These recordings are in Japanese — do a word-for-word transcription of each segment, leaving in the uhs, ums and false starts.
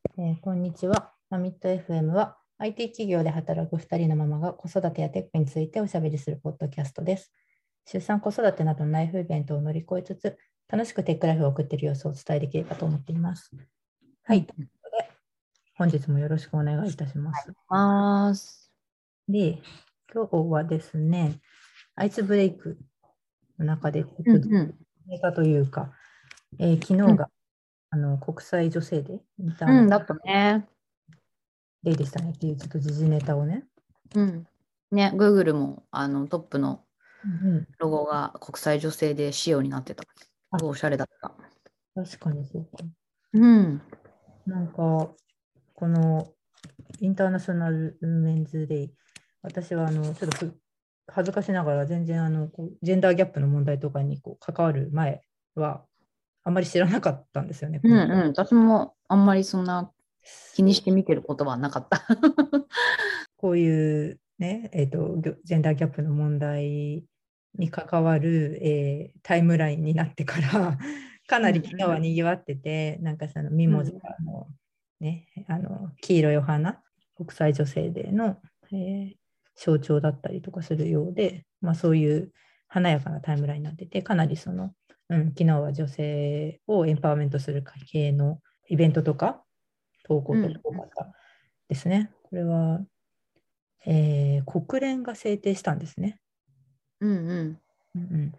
えーこんにちは。マミット エフエム は アイティー 企業で働くふたりのママが子育てやテックについておしゃべりするポッドキャストです。出産、子育てなどのライフイベントを乗り越えつつ、楽しくテックライフを送っている様子をお伝えできればと思っています。はい。ということで、本日もよろしくお願いいたします。 ます。 で、今日はですね、アイスブレイクの中で、 うんうん。 ネタというか、えー昨日が、あの国際女性デー、インターナショうん、だったね。 ナルデーでしたねっていうちょっと時事ネタをね、 うん。ね、Google もあのトップのうんうん、 ロゴが国際女性で仕様になってた。すあ、 ごいおしゃれだった。 確かにそうか。 うん。 なんか、このインターナショナルメンズデイ、私はあのちょっとふ恥ずかしながら全然あのこうジェンダーギャップの問題とかにこう関わる前はあんまり知らなかったんですよね。このうんうん。私もあんまりそんな気にして見てることはなかった。 こういうね、えーと、ギョジェンダーギャップの問題に関わる、えータイムラインになってからかなり昨日はにぎわってて、なんかそのミモザの、ね、あの黄色いお花、国際女性デーの、えー象徴だったりとかするようで、まあ、そういう華やかなタイムラインになってて、かなりその、うん、昨日は女性をエンパワーメントする系のイベントとか投稿とかうん。 多かったですね。これはえー国連が制定したんですね。 うんうん。 うんうん、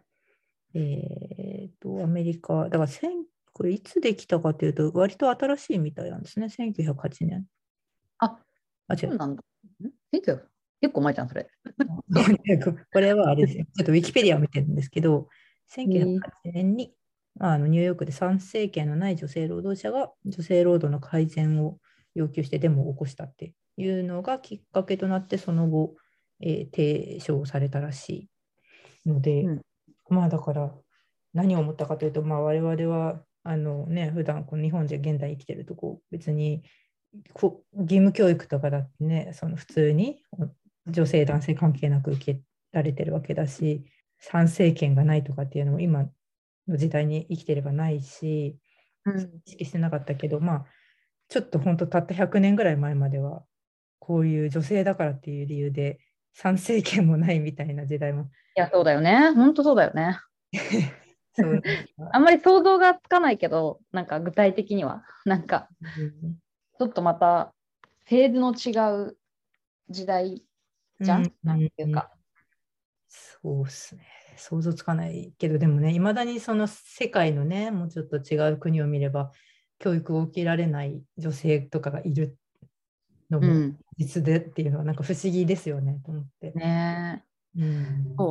えーと、アメリカ、だからせんこれいつできたかというと、割と新しいみたいなんですね、せんきゅうひゃくはちねん。 あ、 あ、違う。 そうなんだ。ん結構結構前じゃん、それ。 これはあれですよ。ちょっとウィキペディアを見てるんですけど、 へえ。 せんきゅうひゃくはちねんにまああのニューヨークで参政権のない女性労働者が女性労働の改善を要求してデモを起こしたっていうのがきっかけとなって、その後、えー提唱されたらしいので、 うん。 まあだから何を思ったかというと、まあ、我々はあの、ね、普段この日本で現代生きてるとこう別にこ義務教育とかだってね、その普通に女性男性関係なく受けられてるわけだし、参政権がないとかっていうのも今の時代に生きてればないし、 うん。 意識してなかったけど、まあちょっと本当たったひゃくねんぐらい前まではこういう女性だからっていう理由で参政権もないみたいな時代もいや、そうだよね。ほんとそうだよね。 そうなんあんまり想像がつかないけど、なんか具体的には、なんかちょっとまたフェーズの違う時代じゃん、 うんなんうんうん、 ていうか。 そうですね。想像つかないけど、でもね、いまだにその世界のね、もうちょっと違う国を見れば、教育を受けられない女性とかがいるのもうん。 実でっていうのは、なんか不思議ですよね、と思って。 ねえ。 うん。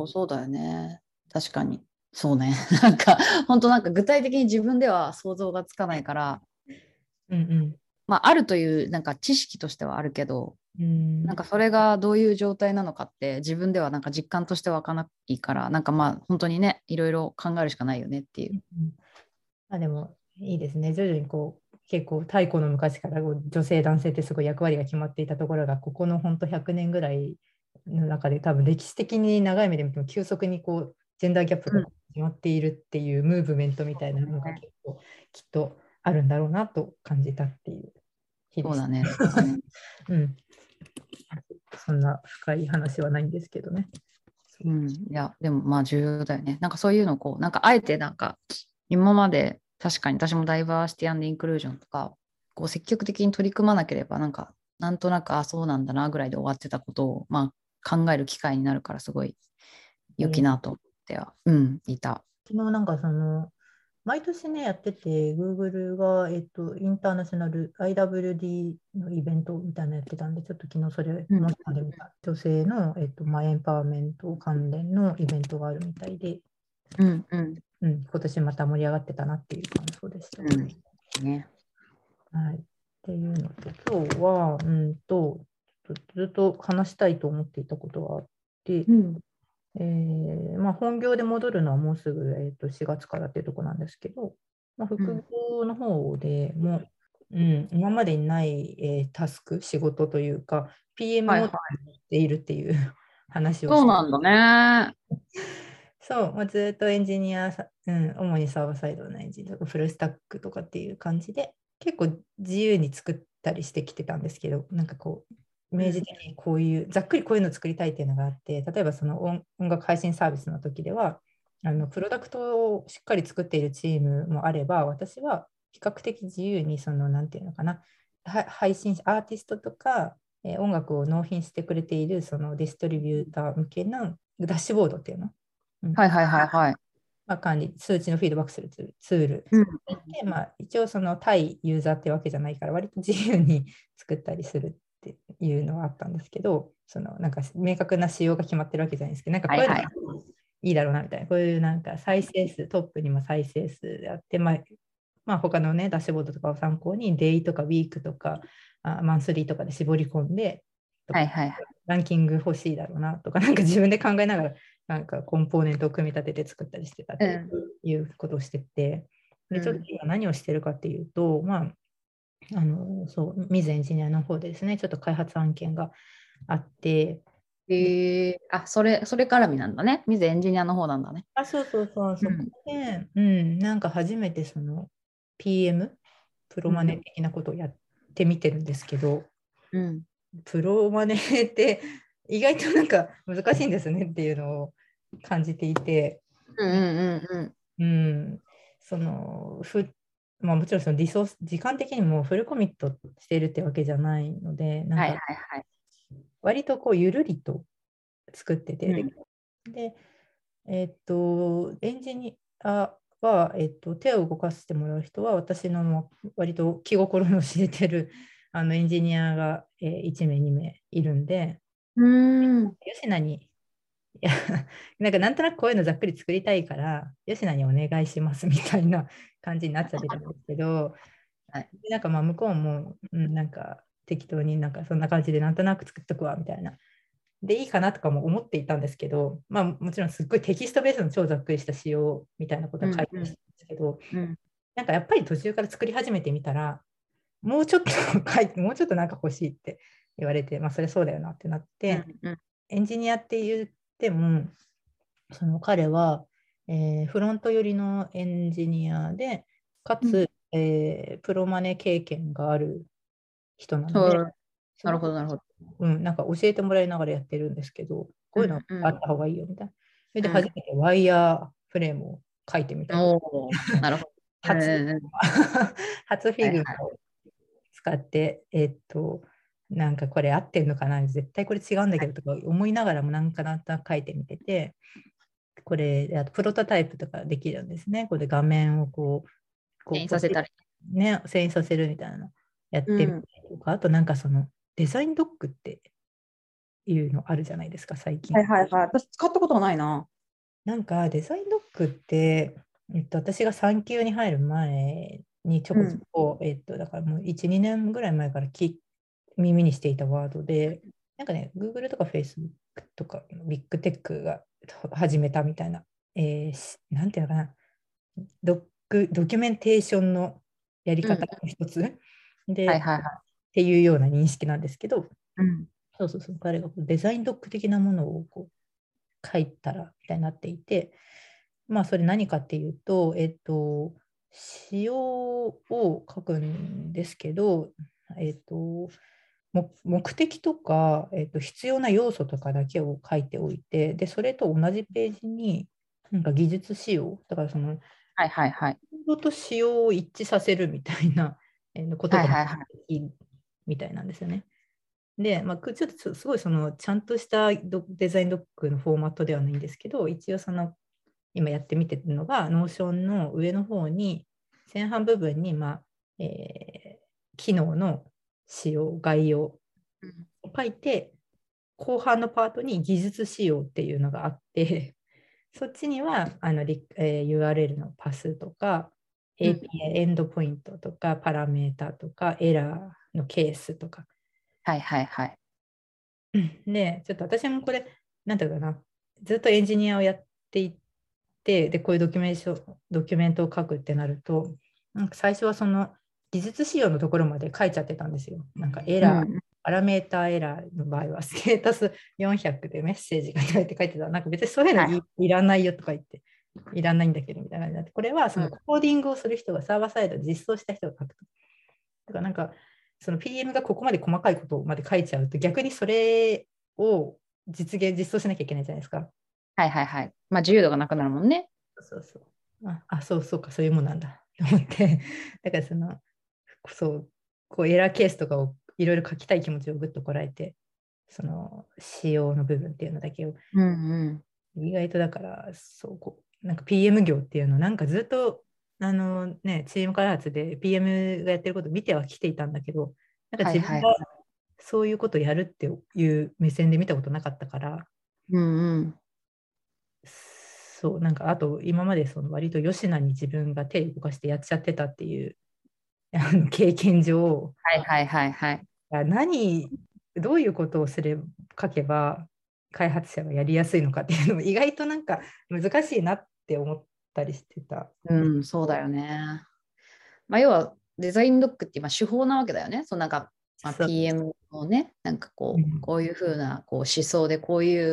そう、そうだよね。確かに。そうね。なんか、本当なんか具体的に自分では想像がつかないから、 うんまあ、あるというなんか知識としてはあるけど、 うん。うん。 なんかそれがどういう状態なのかって自分ではなんか実感としてわかんないから、なんかまあ本当にね、いろいろ考えるしかないよねっていう。 まあでも、いいですね。徐々にこう、結構太古の昔からこう女性、男性ってすごい役割が決まっていたところが、ここの本当ひゃくねんぐらいの中で、多分歴史的に長い目で見ても、急速にこうジェンダーギャップうん。 が決まっているっていうムーブメントみたいなのが結構きっとあるんだろうなと感じたっていう日でした。 そうだね。そうだね。 うん。そんな深い話はないんですけどね。 うん。いや、でもまあ重要だよね。なんかそういうのをこう、なんかあえてなんか今まで確かに私もダイバーシティインクルージョンとか、こう積極的に取り組まなければ、なんかなんとなく、あ、そうなんだなぐらいで終わってたことを、まあ考える機会になるからすごい良きなと思っては、うん、いた。 昨日なんかその、毎年ね、やってて、Google が、えっと、インターナショナル アイダブリューディー のイベントみたいなのやってたんで、ちょっと昨日それ、 うん。 もで見た女性の、えっと、まあ、エンパワーメント関連のイベントがあるみたいで、 うんうん。 うん、今年また盛り上がってたなっていう感想でした。 うん。ね。 はい。っていうのと、今日は、うんと、ずっと話したいと思っていたことがあって、 うん。 えーまあ、本業で戻るのはもうすぐ、えーと、しがつからっていうところなんですけど、まあ、副うん。 業の方でも、うん、今までにない、えータスク、仕事というか、ピーエム もやっはいはい。 ているっていう話をして、 そうなんだね。 そう、まあ、ずっとエンジニアさ、うん、主にサーバーサイドのエンジニアとか、フルスタックとかっていう感じで、 結構自由に作ったりしてきてたんですけど、なんかこう、イメージ的にこういう、ざっくりこういうのを作りたいっていうのがあって、例えばその音音楽配信サービスの時では、あのプロダクトをしっかり作っているチームもあれば、私は比較的自由に、その、なんていうのかな、は配信者、アーティストとか、えー音楽を納品してくれているそのディストリビューター向けのダッシュボードっていうの、うんはいはいはいはい。 まあ、管理、数値のフィードバックするツール、ツールうん。 で、まあ、一応その対ユーザーってわけじゃないから、割と自由に作ったりするっていうのはあったんですけど、そのなんか明確な仕様が決まってるわけじゃないですけど、なんかこういうのがはいはい。 いいだろうなみたいな、こういうなんか再生数、トップにも再生数であって、まあ、まあ、他のね、ダッシュボードとかを参考に、デイとかウィークとか、あマンスリーとかで絞り込んで、 はいはいはい。 ランキング欲しいだろうなとか、なんか自分で考えながら、なんかコンポーネントを組み立てて作ったりしてたっていうことをしてて、で、ちょっと今何をしてるかっていうと、まあ、あの、そう、水エンジニアの方でですね、ちょっと開発案件があって、で、 えー、あ、それ、それ絡みなんだね。水エンジニアの方なんだね。 あ、そうそうそう、そこうん。 で、うん、なんか初めてその ピーエム、プロマネうん。 的なことをやってみてるんですけど、 うん。 プロマネって意外となんか難しいんですねっていうのを感じていて、 うんうんうんうん、そのふ、まあ、もちろんそのリソース、時間的にもフルコミットしているってわけじゃないので、なんはいかはいはい。 割とこうゆるりと作ってて、で、 うん。 でえっと、エンジニアは、えっと、手を動かしてもらう人は、私のもう割と気心の知れてるあのエンジニアが、えーいち名、に名いるんで、 うーん。 吉野に、いや、なんかなんとなくこういうのざっくり作りたいから、吉野にお願いしますみたいな感じになっちゃってたんですけど、 はい。 でなんかまあ向こうも、うん、なんか適当になんかそんな感じでなんとなく作っとくわみたいな。でいいかなとかも思っていたんですけど、まあもちろんすっごいテキストベースの超ざっくりした仕様みたいなことうは書いんうんてるんですけど、 うん。 なんかやっぱり途中から作り始めてみたら、もうちょっと書いて、もうちょっとなんか欲しいって言われて、まあそれそうだよなってなっうて、 んうん。 エンジニアって言っても、その彼は、えーフロント寄りのエンジニアで、かうん。 つ、えープロマネ経験がある人なので、 そう。なるほすごく、 どなるほど。 うん、なんか教えてもらいながらやってるんですけど、こういうのうんうんあった方がいいよみたいな。それで初うん。 めてワイヤーフレームを書いてみたりとか、 おお、なるほど。うん初、 うんうん。 初フィグはいはい。 を使って、えっと、なんかこれ合ってんのかな、絶対これ違うんだけどとか思いながらもなんかなんとなく書いてみてて、これ、あとプロトタイプとかできるんですね。これで画面をこう、こうポチッ転院させたり。 ね、遷移させるみたいなのやってみたうん。 りとか、あとなんかそのデザインドッグっていうのあるじゃないですか、最近。 はいはいはい。私使ったことないな。 なんかデザインドッグって、えっと、私が産休に入る前にちょこちょうん。 こ、えっと、だからもういち、にねんぐらい前からき耳にしていたワードで、なんかね、Google とか Facebook とかビッグテックが始めたみたいな、えーしなんていうのかな、ドック、ドキュメンテーションのやりうん。 方の一つで、っはいはいはていうような認識なんですけど、 い。うん。 そうそうそう、彼がこうデザインドッグ的なものをこう書いたらみたいになっていて、まあ、それ何かっていうと、えっと、仕様を書くんですけど、えっと、も目的とか、えっと、必要な要素とかだけを書いておいて、で、それと同じページに、なんか技術仕様、だからその、 はいはいはい。 コードと仕様を一致させるみたいなえーことがはいはいはい。 できるみたいなんですよね。で、まあ、くちょっとすごいそのちゃんとしたドデザインドックのフォーマットではないんですけど、一応その今やってみてるのが、ノーションの上の方に、前半部分に、まあえー機能の仕様、概要をうん書いて、後半のパートに技術仕様っていうのがあって、そっちにはあの、えー ユーアールエル のパスとか、 うん。 エーピーアイ エンドポイントとか、パラメータとか、エラーのケースとか。 はいはいはい。 で、ちょっと私もこれ、なんていうかな、ずっとエンジニアをやっていて、で、こういうドキュメントドキュメントを書くってなると、なんか最初はその技術仕様のところまで書いちゃってたんですよ。なんかエラー、 うん。 パラメータエラーの場合は、ステータスよんひゃくでメッセージが書いて書いてた。なんか別にそういうのはい。 いいらないよとか言って、いらないんだけどみたいな感じになって、これはそうん。 のコーディングをする人がサーバーサイドで実装した人が書くと。 だからなんかその ピーエム がここまで細かいことまで書いちゃうと逆にそれを実現実装しなきゃいけないじゃないですか。 はいはいはい。まあ自由度がなくなるもんね。 そうそう。あ、あそうそうか、そういうもんなんだと思って。だからその、そう、こうエラーケースとかをいろいろ書きたい気持ちをぐっとこらえて、その仕様の部分っていうのだけを、 うんうん。 意外とだから、そうこう、なんか ピーエム 業っていうの、なんかずっと、あのね、チーム開発で ピーエム がやってることを見てはきていたんだけど、なんかはいはい。 自分がそういうことをやるっていう目線で見たことなかったから、 うんうん。 そう、なんかあと今までその割と吉野に自分が手を動かしてやっちゃってたっていうあの経験上、 はいはいはいはい。 何、どういうことをすれば書けば開発者がやりやすいのかっていうのも意外となんか難しいなって思ったりしてた。 うん、そうだよね。まあ、要はデザインドックって今手法なわけだよね。そのなんか、まあ、 そう。 ピーエム をね、なんかこう、 うんこういうふうなこう思想でこういう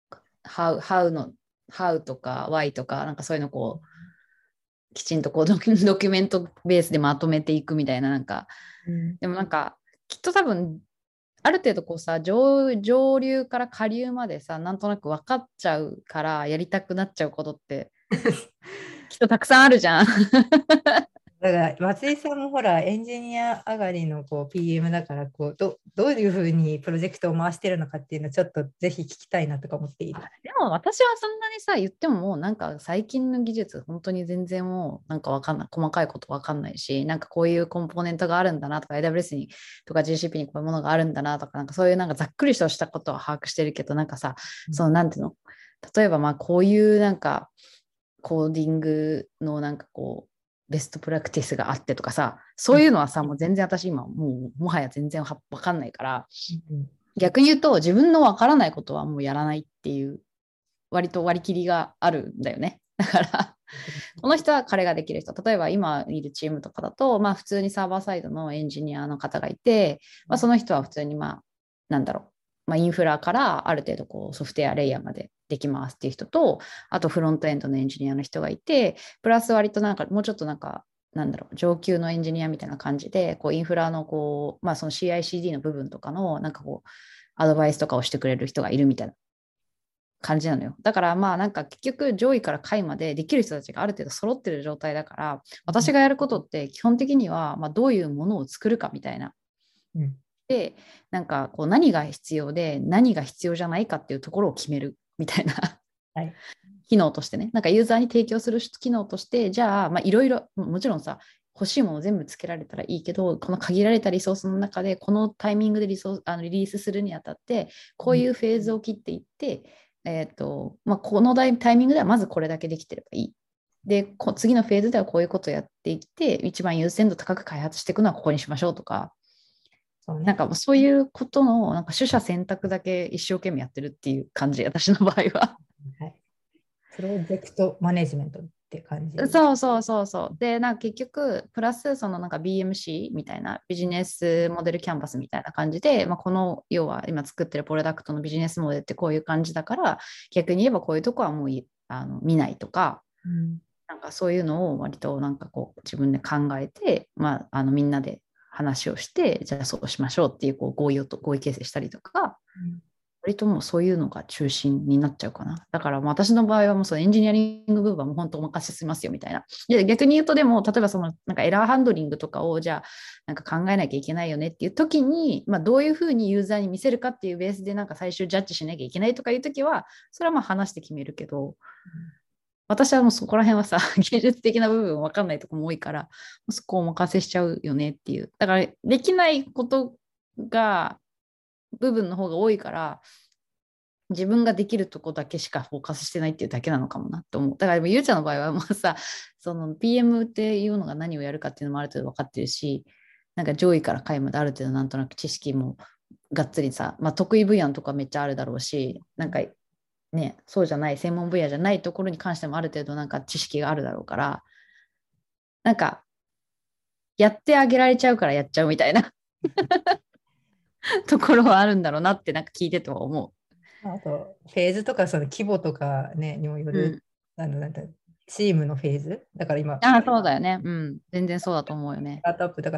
how, how の how とか why とかなんかそういうのこうきちんとこうドキュドキュメントベースでまとめていくみたいななんか、 うんでもなんかきっと多分ある程度こうさ上、上流から下流までさなんとなく分かっちゃうからやりたくなっちゃうことってきっとたくさんあるじゃん。 だから松井さんもほらエンジニア上がりのこう ピーエム だからこう ど, どういうふうにプロジェクトを回してるのかっていうのをちょっとぜひ聞きたいなとか思っている。 でも私はそんなにさ言ってももうなんか最近の技術本当に全然もうなんかわかんない細かいことわかんないしなんかこういうコンポーネントがあるんだなとか エーダブリューエス にとか ジーシーピー にこういうものがあるんだなとかなんかそういうなんかざっくりとしたことは把握してるけどなんかさそのなんていうの例えばまあこういうなんかコーディングのなんかこうベストプラクティスがあってとかさそういうのはさもう全然私今もうもはや全然わかんないから逆に言うと自分のわからないことはもうやらないっていう割と割り切りがあるんだよね。だからこの人は彼ができる人例えば今いるチームとかだと、まあ、普通にサーバーサイドのエンジニアの方がいて、まあ、その人は普通にまあなんだろう、まあ、インフラからある程度こうソフトウェアレイヤーまでできますっていう人とあとフロントエンドのエンジニアの人がいてプラス割となんかもうちょっとなんかなんだろう上級のエンジニアみたいな感じでこうインフラのこう、まあ、その シーアイシーディー の部分とかのなんかこうアドバイスとかをしてくれる人がいるみたいな感じなのよ。だからまあなんか結局上位から下位までできる人たちがある程度揃ってる状態だから私がやることって基本的にはまあどういうものを作るかみたいな。 うんでなんかこう何が必要で何が必要じゃないかっていうところを決めるみたいなはい、 機能としてねなんかユーザーに提供する機能としてじゃあいろいろもちろんさ欲しいものを全部つけられたらいいけどこの限られたリソースの中でこのタイミングでリソースあのリリースするにあたってこういうフェーズを切っていって、えーとまあ、このタイミングではまずこれだけできてればいい。で次のフェーズではこういうことをやっていって一番優先度高く開発していくのはここにしましょうとかそうね、 なんかそういうことのなんか取捨選択だけ一生懸命やってるっていう感じ私の場合は。 はい。プロジェクトマネジメントって感じ。 そうそうそうそう。で、なんか結局、プラス、そのなんか ビーエムシー みたいなビジネスモデルキャンバスみたいな感じで、まあ、この要は今作ってるプロダクトのビジネスモデルってこういう感じだから、逆に言えばこういうとこはもうあの見ないとか、 うん、 なんかそういうのを割となんかこう自分で考えて、まあ、あのみんなで話をして、じゃあそうしましょうっていうこう合意をと合意形成したりとか、 うん割ともうそういうのが中心になっちゃうかな。だからもう私の場合はもうそのエンジニアリング部分はもう本当お任せしますよみたいな。で逆に言うとでも例えばそのなんかエラーハンドリングとかをじゃあなんか考えなきゃいけないよねっていう時に、まあ、どういうふうにユーザーに見せるかっていうベースでなんか最終ジャッジしなきゃいけないとかいう時はそれはまあ話して決めるけど、私はもうそこら辺はさ技術的な部分分かんないとこも多いからそこをお任せしちゃうよねっていう。だからできないことが部分の方が多いから自分ができるとこだけしかフォーカスしてないっていうだけなのかもなって思う。だからゆうちゃんの場合はもうさその ピーエム っていうのが何をやるかっていうのもある程度分かってるしなんか上位から下位まである程度なんとなく知識もがっつりさ、まあ、得意分野とかめっちゃあるだろうしなんかねそうじゃない専門分野じゃないところに関してもある程度なんか知識があるだろうからなんかやってあげられちゃうからやっちゃうみたいなところはあるんだろうなってなんか聞いてては思あと、フェーズとかその規模とか、ね、にもよう。うる、 ん、 あのなんかチームのフェーズ。だから今、 ああそうだよね。うん。全然そうだと思うよね。 スタートアップだから、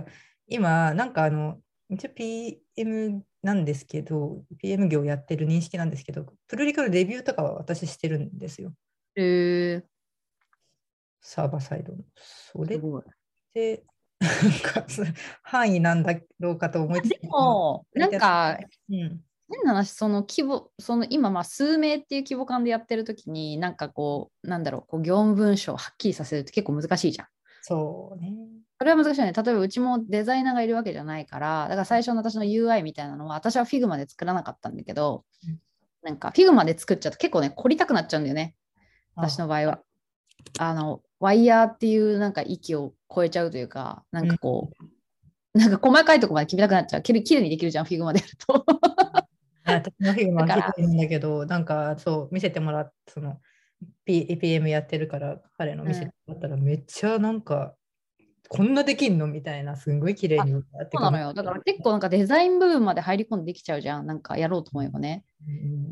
今、なんかあの、一応 ピーエム なんですけど、ピーエム 業やってる認識なんですけど、プルリクのレビューとかは私してるんですよ。 へえ、 サーバーサイドの。それっすごい。 て、なんか範囲なんだろうかと思いつつ、 でも、なんか、 うん、 変な話、その規模、その今、まあ、数名っていう規模感でやってるときに、なんかこう、なんだろう、こう業務文書をはっきりさせるって結構難しいじゃん。 そうね。 それは難しいよね。例えば、うちもデザイナーがいるわけじゃないから、だから最初の私の ユーアイ みたいなのは、私は Figma で作らなかったんだけど、なんか Figma で作っちゃうと結構ね、凝りたくなっちゃうんだよね。私あ、 の場合は。あの、ワイヤーっていうなんか域を超えちゃうというか、なんうん。 かこう、なんか細かいところまで決めたくなっちゃう。きれきれいにできるじゃん、Figma でやると。 ね、私のフィグマはだから、 綺麗なんだけど、なんかそう、見せてもらって、その、P、ピーエム やってるから、彼の見せてうん。 もらったら、めっちゃなんか、こんなできんのみたいな、すんごい綺麗あ、 にやってか、 そうなのよ。だから結構なんかデザイン部分まで入り込んでできちゃうじゃん。なんかやろうと思えばね。 うん、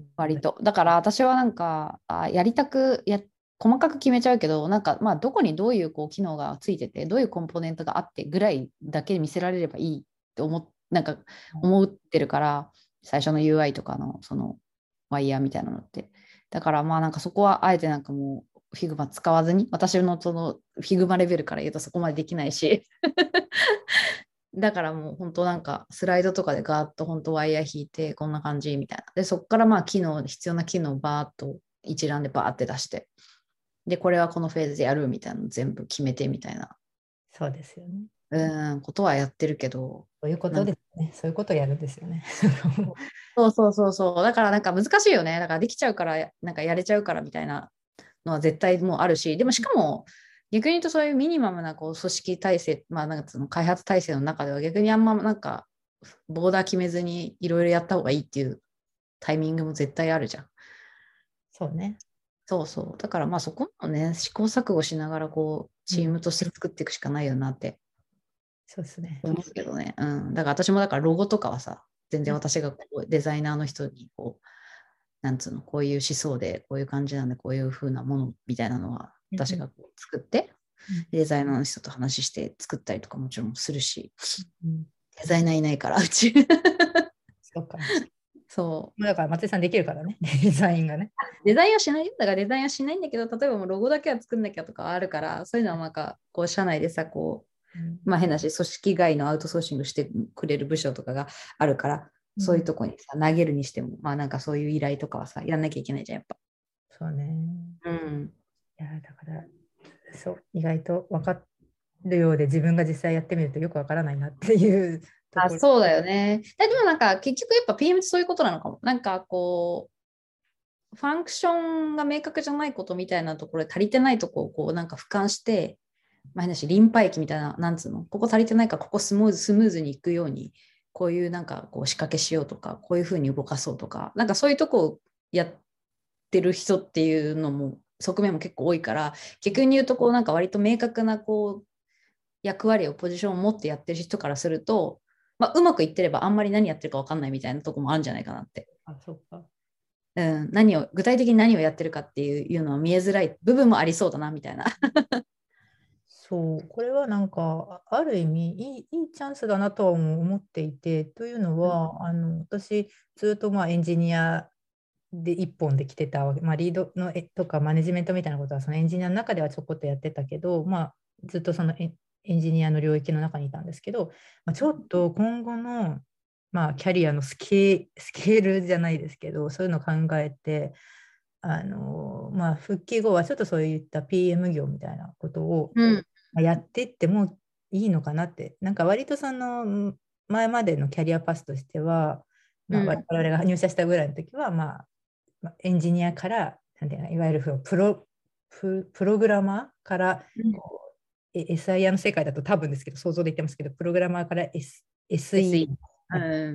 割と。だから私はなんか、あ、やりたくや、細かく決めちゃうけど、なんかまあどこにどういうこう機能がついてて、どういうコンポーネントがあってぐらいだけ見せられればいいって思っ、なんか思ってるから、最初の ユーアイ とかのそのワイヤーみたいなのって。だからまあなんかそこはあえてなんかもう Figma 使わずに、私のその Figma レベルから言うとそこまでできないし、だからもう本当なんかスライドとかでガーッと本当ワイヤー引いてこんな感じみたいな。で、そこからまあ機能、必要な機能をバーッと一覧でバーって出して。で、これはこのフェーズでやるみたいなの全部決めてみたいな、 そうですよね。 うん、ことはやってるけど、 そういうことなんか、 ですね。そういうことをやるんですよね。 そうそうそうそう。だからなんか難しいよね。だからできちゃうから、なんかやれちゃうからみたいなのは絶対もうあるし、でもしかも逆に言うとそういうミニマムなこう組織体制、まあなんかその開発体制の中では逆にあんまなんかボーダー決めずにいろいろやった方がいいっていうタイミングも絶対あるじゃん。 そうね。 そうそう。だからまあそこもね、試行錯誤しながらこうチーうん、 ムとして作っていくしかないよなってそうですね。 思うけどね。うん。だから私もだからロゴとかはさ、全うん、 然私がこうデザイナーの人にこう、なんつうの、こういう思想で、こういう感じなんで、こういう風なものみたいなのはうん、 私がこう作って、 うん、 デザイナーの人と話して作ったりとかもちろんするし、 うん。 デザイナーいないから、うち。 そうか。 そう。 だから松井さんできるからね、デザインがね。 デザインはしないよ。だからデザインはしないんだけど、例えばもうロゴだけは作んなきゃとかあるから、そういうのはなんか、こう、社内でさ、こうん、 う、まあ変なし、組織外のアウトソーシングしてくれる部署とかがあるから、 うん、 そういうとこにさ、投げるにしても、まあなんかそういう依頼とかはさ、やんなきゃいけないじゃん、やっぱ。 そうね。 うん。 いや、だから、そう、意外と分かるようで、自分が実際やってみるとよく分からないなっていうとあ、 ころ。 そうだよね。ででもなんか結局やっぱ ピーエム ってそういうことなのかも。なんかこう、ファンクションが明確じゃないことみたいなところで足りてないところをこうなんか俯瞰して、まあ、変なし、リンパ液みたいな、なんつうの、ここ足りてないからここスムーズ、スムーズにいくように、こういうなんかこう仕掛けしようとか、こういうふうに動かそうとか、なんかそういうとこをやってる人っていうのも、側面も結構多いから、逆に言うとこうなんか割と明確なこう役割をポジションを持ってやってる人からすると、まあ、うまくいってればあんまり何やってるか分かんないみたいなとこもあるんじゃないかなって。 あ、そうか。 うん、何を具体的に何をやってるかっていうのは見えづらい部分もありそうだなみたいな。 そう、これはなんか、あある意味いい、いいチャンスだなとは思っていて、というのは、あの私、ずっとまあエンジニアで一本で来てたわけ、まあ、リードのえとかマネジメントみたいなことはそのエンジニアの中ではちょこっとやってたけど、まあ、ずっとそのエンエンジニアの領域の中にいたんですけど、まあ、ちょっと今後の、まあ、キャリアのスケ、スケールじゃないですけど、そういうのを考えて、あのまあ、復帰後はちょっとそういった ピーエム 業みたいなことをうん、 まあやっていってもいいのかなって、なんか割とその前までのキャリアパスとしては、まあ、我うん、 々が入社したぐらいの時は、まあ、まあエンジニアから、なんていうの、いわゆるプロププログラマーからうん。 こう、エスアイアール の世界だと多分ですけど、想像で言ってますけど、プログラマーから S SE、 エスイー。うん。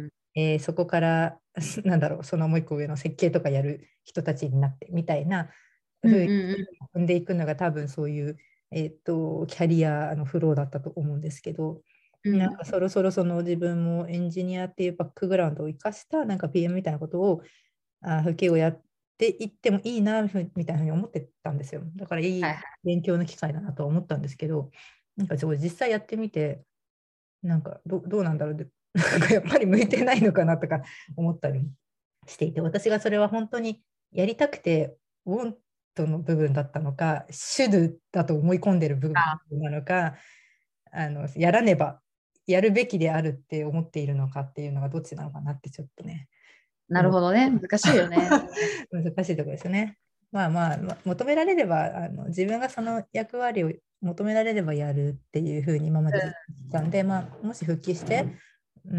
えーそこからなんだろう、そのもう一個上の設計とかやる人たちになってみたいなうん風にうん踏んでいくのが多分そういう、えーと、キャリアのフローだったと思うんですけど、 うん。うん。 なんかそろそろその自分もエンジニアっていうバックグラウンドを生かしたなんか ピーエム みたいなことをあ風景をやっていってもいいなみたいなふうに思ってたんですよ。だからいいはいはい。 勉強の機会だなとは思ったんですけど、なんかすごい実際やってみて、 なんかどどうなんだろうで、なんかやっぱり向いてないのかなとか思ったりもしていて、私がそれは本当にやりたくて、ウォントの部分だったのか、シュドだと思い込んでる部分なのか、あのやらねば、やるべきであるって思っているのかっていうのがどっちなのかなってちょっとね、 なるほどね。難しいよね。 難しいところですね。まあまあ、ま求められればあの、自分がその役割を求められればやるっていうふうに今まで言ってたんで、まあ、もし復帰して、うん、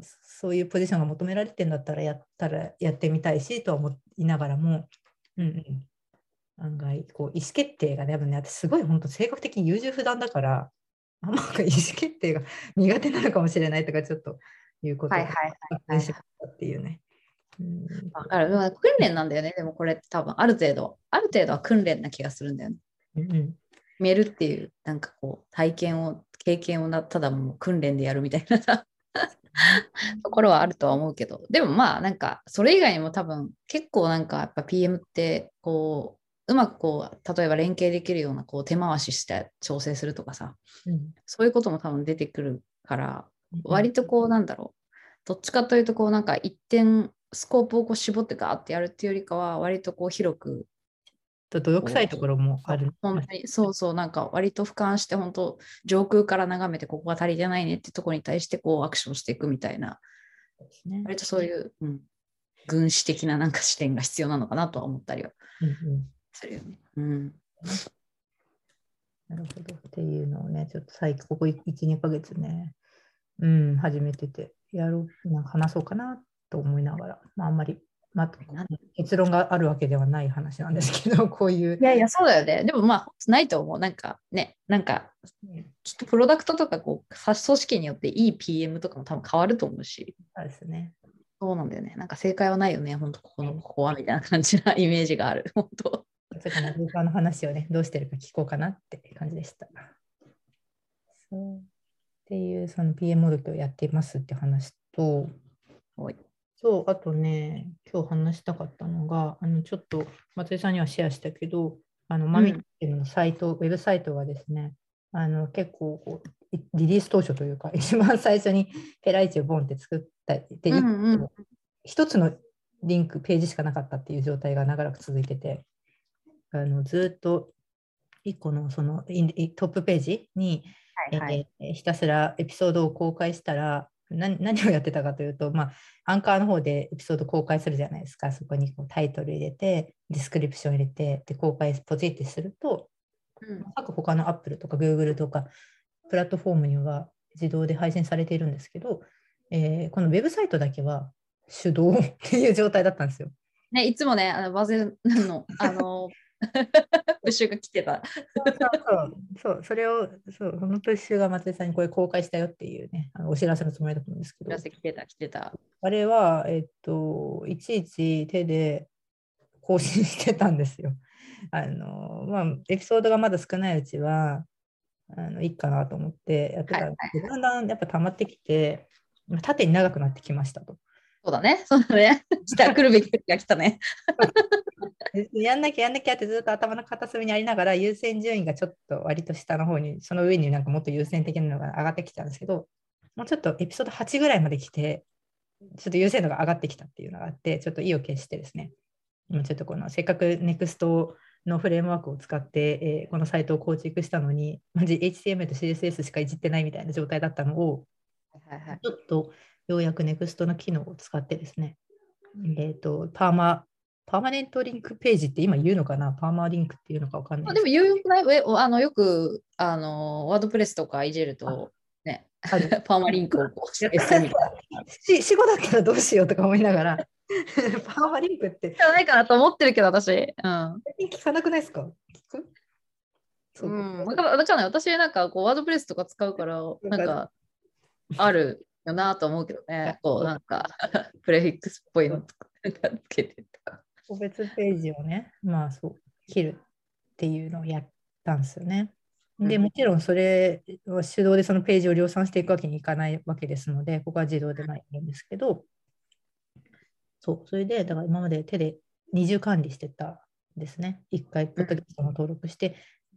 そういうポジションが求められてんだったらやったらやってみたいしとは思いながらも、うんうん、案外こう意思決定がね、多分ね、私すごい本当性格的に優柔不断だから、あんま意思決定が苦手なのかもしれないとかちょっということをはいはいはいはい。 っていうね。 わかる。でも訓練なんだよね。でもこれ多分ある程度、ある程度は訓練な気がするんだよね。 うんうん、 決めるっていう、なんかこう、体験を、経験をな、ただもう訓練でやるみたいなさところはあるとは思うけど、でもまあなんか、それ以外にも多分、結構なんかやっぱ ピーエム って、こう、うまくこう、例えば連携できるようなこう手回しして調整するとかさ、 うん、 そういうことも多分出てくるから、 うん、 割とこうなんだろう、どっちかというとこうなんか一点スコープをこう絞ってガーってやるっていうよりかは、割とこう広く、 と泥臭いところもある。 本当にそうそう、なんか割と俯瞰して本当上空から眺めてここが足りてないねってところに対してこうアクションしていくみたいな、 ね、 割とそういう、うん、軍師的ななんか視点が必要なのかなとは思ったりはうんうん、 するよね。うん、 なるほど。っていうのをね、ちょっと最近、ここいち、にかげつね、うん、始めてて、やろう、なんか話そうかなと思いながら、まあ、あんまり、まあ、結論があるわけではない話なんですけど、こういう。 いやいや、そうだよね。でもまあ、ないと思う。なんかね、なんか、きっとプロダクトとかこう、組織によっていい ピーエム とかも多分変わると思うし、 そうですね。 そうなんだよね。なんか正解はないよね。本当ここの、ここはみたいな感じなイメージがある。本当。 ちょっとマグカの話をね、どうしてるか聞こうかなって感じでした。そうっていう、その ピーエム モデルをやっていますって話と、 はい。 そう、あとね、今日話したかったのが、あのちょっと松井さんにはシェアしたけど、あのマミティのサイト、ウェブサイトがですね、あの結構こういリリース当初というか、一番最初にペライチをボンって作ったで、 うんうん。 一つのリンク、ページしかなかったっていう状態が長らく続いてて、あのずっと一個のそのイントップページに、 はいはい。 えーひたすらエピソードを公開したら、何何をやってたかというと、まあ、アンカーの方でエピソード公開するじゃないですか。そこにこうタイトル入れて、ディスクリプション入れて、で公開ポチってすると、 うん、 各他の Apple とか Google とかプラットフォームには自動で配信されているんですけど、えーこのウェブサイトだけは手動っていう状態だったんですよ。 ね、いつもね、あのバゼルの、あの、プッシュが来てた。 そうそうそう、それを、そう、そのプッシュが松井さんにこれ公開したよっていうね、あのお知らせのつもりだったんですけど、 来てた、来てた。 あれは、えっと、いちいち手で更新してたんですよ。あの、まあ、エピソードがまだ少ないうちは、あのいいかなと思ってやってはい、 たんですけど、だんだんやっぱ溜まってきて、縦に長くなってきましたと。 そうだね、そうだね。来た、来るべき時が来たね。 やんなきゃやんなきゃってずっと頭の片隅にありながら、優先順位がちょっと割と下の方に、その上になんかもっと優先的なのが上がってきたんですけど、もうちょっとエピソードはちぐらいまで来て、ちょっと優先度が上がってきたっていうのがあって、ちょっと意を決してですね、今ちょっとこのせっかく ネクスト のフレームワークを使って、えーこのサイトを構築したのに、マジ エイチティーエムエル と シーエスエス しかいじってないみたいな状態だったのを、 はいはい。 ちょっとようやく ネクスト の機能を使ってですね、えっ、と、パーマ、パーマネントリンクページって今言うのかな、パーマリンクっていうのかわかんないですけでも有力ないえあのよくあのワードプレスとかいじるど、 と、ね、 あある。 パーマリンクをこうや指定するみたいな。 し死後だったらどうしようとか思いながら、パーマリンクってじゃないかなと思ってるけど、私。うん。 最近聞かなくないですか？聞くそうか。 うん。わかわかんない。私、なんかこうワードプレスとか使うから、なんかあるよなと思うけどね。こう、なんかプレフィックスっぽいのとかなんかつけてとか。 個別ページをね、まあそう、切るっていうのをやったんですよね。で、 うん。 もちろんそれは手動でそのページを量産していくわけにいかないわけですので、ここは自動でないんですけど、そう、それで、だから今まで手で二重管理してたんですね。一回、ポッドキャストも登録して、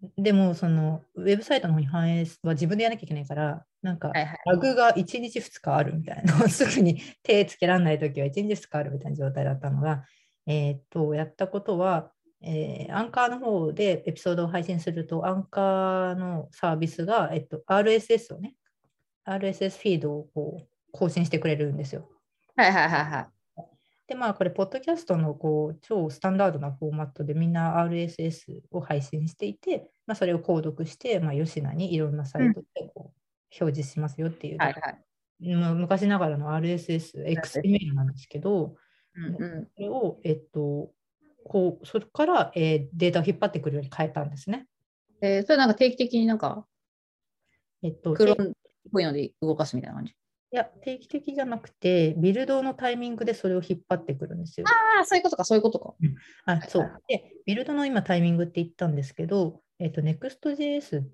でも、そのウェブサイトの方に反映は自分でやらなきゃいけないから、なんかはいはい。 ラグがいちにちふつかあるみたいな、すぐに手つけられないときはいちにちふつかあるみたいな状態だったのが、えーっと、やったことは、えーアンカーの方でエピソードを配信すると、アンカーのサービスが、えっと、アールエスエス をね、アールエスエス フィードをこう更新してくれるんですよ。 はいはいはいはい。 で、まあ、これ、ポッドキャストのこう超スタンダードなフォーマットでみんな アールエスエス を配信していて、まあ、それを購読して、まあ、吉名にいろんなサうん。 イトでこう表示しますよっていう、だから、 はいはい。 まあ昔ながらの アールエスエス、エックスエムエル なんですけど、 うんうそれを、えっと、こう、それから、えーデータを引っ張ってくるように変えたんですね。 ん。えー、それなんか定期的になんかえっと、 クローてンっぽいので動かすみたいな感じ。 いや、定期的じゃなくて、ビルドのタイミングでそれを引っ張ってくるんですよ。 ああ、そういうことか、そういうことか。 うんあ、 はいはい。 そう。で、ビルドの今タイミングって言ったんですけど、えっと、Next.js って、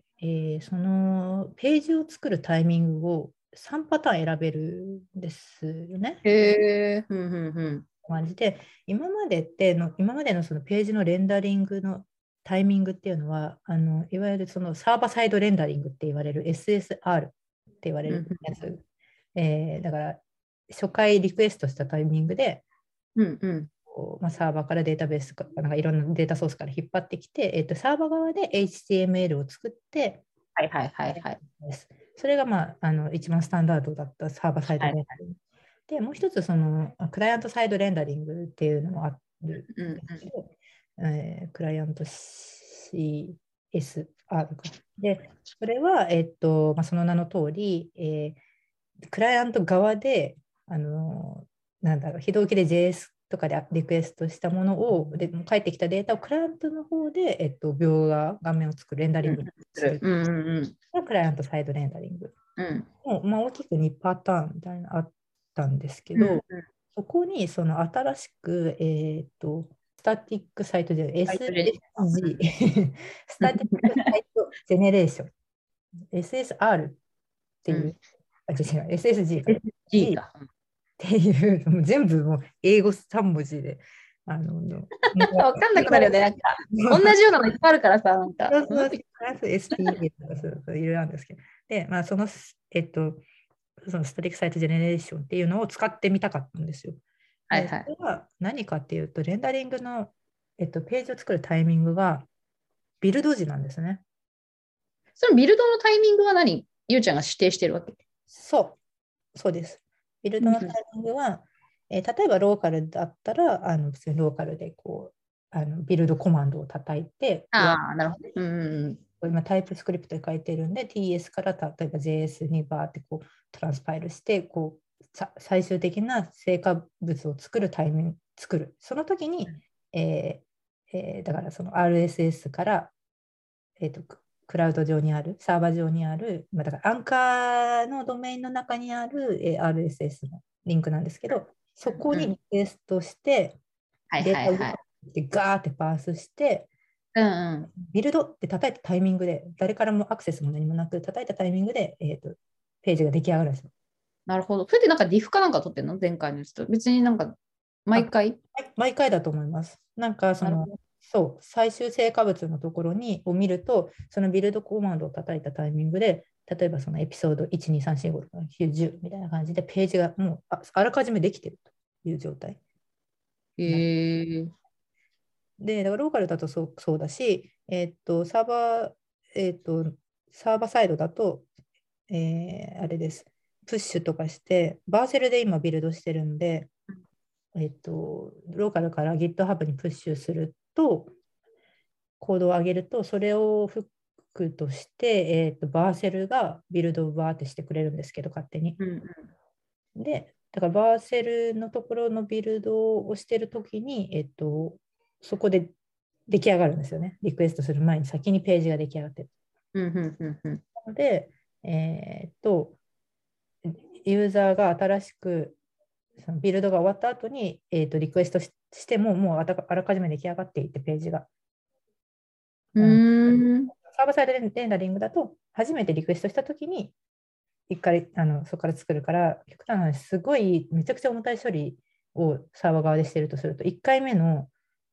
えーそのページを作るタイミングをさんパターン選べるんですよね。 へえ、うんうんうん。 感じで、今までっての、今までのそのページのレンダリングのタイミングっていうのは、あのいわゆるそのサーバーサイドレンダリングって言われる エスエスアール って言われるうんやつ。えーだから、初回リクエストしたタイミングで、 うんうん。 こうまあ、サーバーからデータベースか、なんかいろんなデータソースから引っ張ってきて、えっと、サーバー側で エイチティーエムエル を作って、 はいはいはいはい。 ですそれが、まあ、あの一番スタンダードだったサーバーサイドはい。 レンダリング。で、もう一つ、そのクライアントサイドレンダリングっていうのもあるうんうん。 んですけど、えークライアント シーエスアール か。で、それは、えっとまあ、その名の通り、えークライアント側で、あのなんだろう、非同期で ジェイエス とかでリクエストしたものを、で返ってきたデータをクライアントの方で、えっと、描画、画面を作る、レンダリングする。 うんうんうん。 がクライアントサイドレンダリング。 うん。 もうまあ、大きくにパターンみたいなのあったんですけうん。 ど、そこにその新しく、えーっと、スタティックサイトジェネレーション、 サイトレジエスエスジー、スタティックサイトジェネレーション、エスエスアール っていう、 うん。 あ、違う違う、エスエスジー か。 G G っか。 ていう、もう全部もう英語さん文字で、あの、のわかんなくなるよね。なんか、同じようなのいっぱいあるからさ、なんか。 そうそう、プラス エスピーエー とかそうそういろいろあるんですけど。で、まあ、その、えっと、そのスタティックサイトジェネレーションっていうのを使ってみたかったんですよ。で、そはいはい。 れは何かっていうと、レンダリングの、えっと、ページを作るタイミングがビルド時なんですね。 そのビルドのタイミングは何ゆうちゃんが指定してるわけ？ そう、そうです。ビルドのタイミングは、えー例えばローカルだったら、あの普通にローカルでこう、あのビルドコマンドを叩いて、 ああ、なるほどね。うんうん。 今タイプスクリプトで書いてるんで ティーエス から例えば ジェイエス にバーってこうトランスパイルしてこうさ最終的な成果物を作るタイミング作るその時に、えーえーだからその アールエスエス から、えーと、ククラウド上にあるサーバー上にある、まあ、だからアンカーのドメインの中にある、えー アールエスエス のリンクなんですけどそこにうん。 リクエストしてはいデータをはいはい。 ガーってパースしてうんうん。 ビルドって叩いたタイミングで、誰からもアクセスも何もなく、叩いたタイミングで、えーと、ページが出来上がるんですよ。 なるほど。それでなんかディフかなんか取ってんの前回のやつと。別になんか毎あ、 回。 毎回だと思います。なんか、その、 なるほど。 そう、最終成果物のところにを見ると、そのビルドコマンドを叩いたタイミングで、例えばそのエピソードいち、に、さん、よん、ご、ろく、なな、きゅう、じゅうみたいな感じで、ページがもうああらかじめできてるという状態。 へえ。 で、だからローカルだとそう、そうだし、えーっと、サーバー、えーっと、サーバーサイドだと、えーあれです。プッシュとかして、バーセルで今ビルドしてるんで、えっと、ローカルから GitHub にプッシュすると、コードを上げると、それをフックとして、えっと、バーセルがビルドをバーってしてくれるんですけど、勝手に。 うんで、だからバーセルのところのビルドをしてるときに、えっと、そこで出来上がるんですよね。リクエストする前に先にページが出来上がってる。 うんうんうんうん。 なので、えーっと、ユーザーが新しくそのビルドが終わった後に、えーと、リクエストししても、もうあたあらかじめ出来上がっていて、ページが。 ううん、 ーん。 サーバーサイドレンダリングだと、初めてリクエストしたときに、一回あのそこから作るから、極端な話、すごいめちゃくちゃ重たい処理をサーバー側でしてるとすると、いっかいめの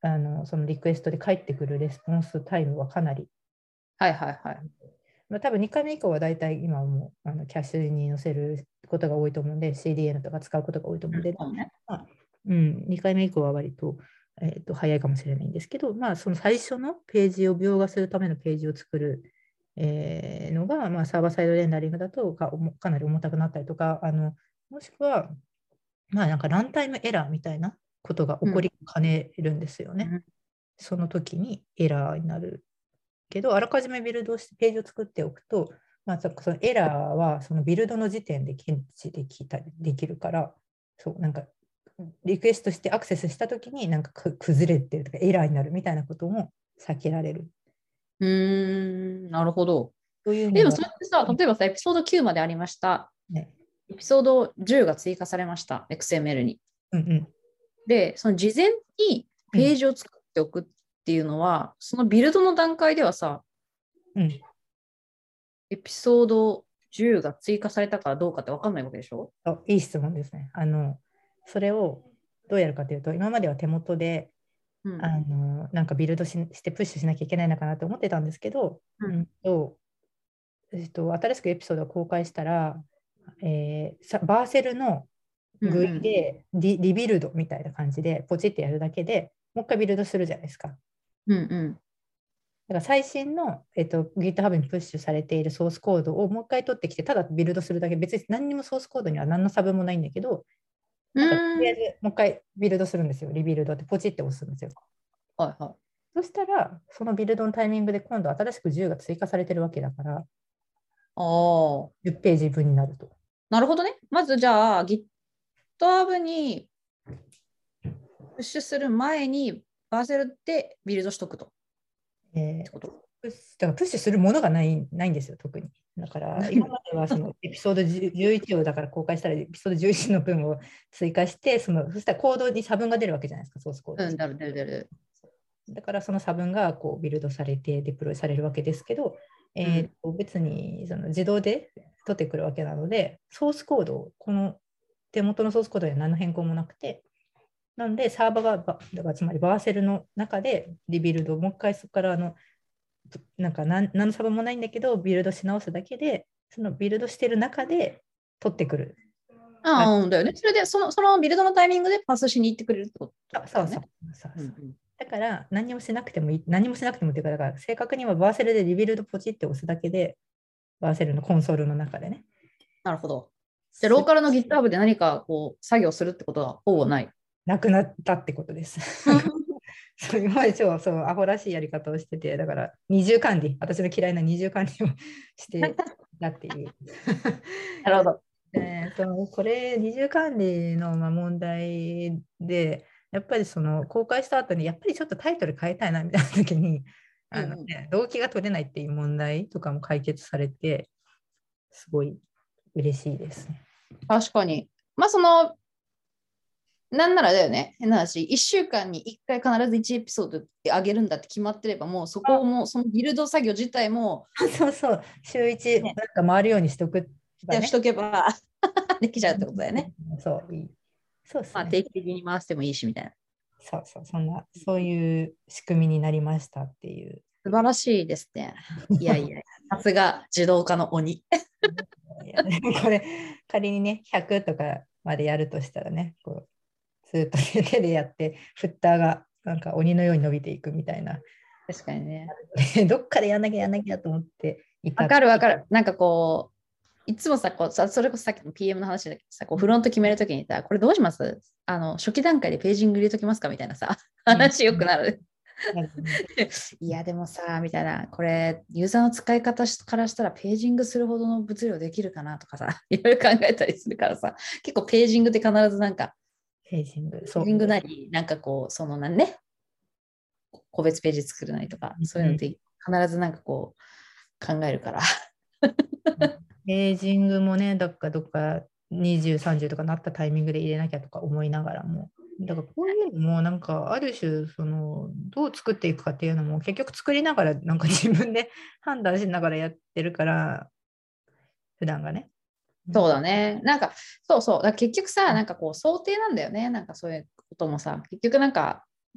あのそのリクエストで返ってくるレスポンスタイムはかなり、 はいはいはい。 まあ、多分にかいめ以降はだいたい今はもうあのキャッシュに載せることが多いと思うんで、シーディーエヌ とか使うことが多いと思うんで、 そうね。 まあうん、にかいめ以降は割と、えーと、早いかもしれないんですけど、まあ、その最初のページを描画するためのページを作る、えーのが、まあ、サーバーサイドレンダリングだとかかなり重たくなったりとか、あのもしくは、まあ、なんかランタイムエラーみたいなことが起こりかねるんですよね。 うん、 その時にエラーになるけど、あらかじめビルドして、ページを作っておくと、まあ、そのエラーはそのビルドの時点で検知できたりできるから、そう、なんか、リクエストしてアクセスしたときに、なんか崩れてるとか、エラーになるみたいなことも避けられる。 うーん、なるほど。 というのが、 でもそれってさ、例えばさ、エピソードきゅうまでありました。 ね、 エピソードじゅうが追加されました、エックスエムエル に。 うんうんで、その事前にページを作っておくっていうのは、そのビルドの段階ではさ、 うん、 エピソードじゅうが追加されたかどうかって分かんないわけでしょ？ あ、いい質問ですね。あの、それをどうやるかというと、今までは手元で、 うん。 あのなんかビルドししてプッシュしなきゃいけないのかなと思ってたんですけど、 うんうんとえっと、新しくエピソードを公開したら、えーさバーセルのグイうんうん。 でリ、リビルドみたいな感じでポチってやるだけでもう一回ビルドするじゃないですか。だうんうん。 から最新の、えっと、GitHub にプッシュされているソースコードをもう一回取ってきて、ただビルドするだけ、別に何にもソースコードには何の差分もないんだけど、 うなんかとりあえーん。 ずもう一回ビルドするんですよ。リビルドってポチって押すんですよ。 はいはい。 そしたら、そのビルドのタイミングで今度新しくじゅうが追加されてるわけだから、 ああ。 じゅうページ分になると。 なるほどね。まずじゃあ GitHub にプッシュする前にバーセルでビルドしとくと。っえーてこと？ プッシュだからプッシュするものがない、ないんですよ、特に。だから、今まではそのエピソードじゅうじゅういちをだから公開したら、エピソードじゅういちの分を追加して、そのそしたらコードに差分が出るわけじゃないですか、ソースコード。 うん、だるだるだる。 だからその差分がこうビルドされて、デプロイされるわけですけど、えーと別にその自動で取ってくるわけなので、ソースコード、この手元のソースコードには何の変更もなくて、なのでサーバーが、だからつまりバーセルの中でリビルド、もう一回そこからあのなんか何何の差分もないんだけど、ビルドし直すだけで、そのビルドしてる中で取ってくる。 ああ、だよね。それでその、そのビルドのタイミングでパスしに行ってくれるってことあ、 だよね。 そうそうそうそう。 うんうん、 だから何もしなくてもいい、何もしなくてもっていうか、だから正確にはバーセルでリビルドポチって押すだけで、バーセルのコンソールの中でね。 なるほど。じゃあ、ローカルの GitHub で何かこう作業するってことはほぼない。 なくなったってことです。 うん、 そう今まで超そうアホらしいやり方をしてて、だから二重管理、私の嫌いな二重管理をしてたっていう。 なるほど。 ね、そのこれ二重管理のまあ問題で、やっぱりその公開した後にやっぱりちょっとタイトル変えたいなみたいな時にあの、 うんうん、 ね、動機が取れないっていう問題とかも解決されて、すごい嬉しいですね。 確かに。まあ、その、なんならだよね。変な話、いっしゅうかんにいっかい必ずいちエピソードで上げるんだって決まってれば、もうそこも、そのビルド作業自体も、 そうそう、週いちなんね、 か回るようにしとくばね。 しとけばできちゃうってことだよね。 そう、いい。そうですまあ、 ね。 定期的に回してもいいしみたいな。 そうそう、そんな、そういう仕組みになりましたっていう。 素晴らしいですね。いやいや、さすが自動化の鬼。 いやこれ、仮にね、ひゃくとかまでやるとしたらね、こうずっと手でやって、フッターがなんか鬼のように伸びていくみたいな。 確かにね。 どっかでやんなきゃやんなきゃと思っていた。 わかるわかる。なんかこう、いつもさ、こうさそれこそさっきの ピーエム の話だけどさ、こうフロント決めるときにさ、これどうします？あの初期段階でページング入れときますかみたいなさ、話よくなる。いや、でもさ、みたいな、これ、ユーザーの使い方からしたら、ページングするほどの物量できるかなとかさ、いろいろ考えたりするからさ、結構ページングって必ずなんか、 ページング。 ページングなり、なんかこう、そのなんね、個別ページ作るなりとか、そういうのって必ずなんかこう、考えるから。 ページングもね、だからどっかにじゅう、さんじゅうとかなったタイミングで入れなきゃとか思いながらも、だからこういうのもなんかある種そのどう作っていくかっていうのも結局作りながらなんか自分で判断しながらやってるから普段がね。 そうだね。なんか、そうそう。だから結局さ、なんかこう、想定なんだよね。なんかそういうこともさ、結局なんか、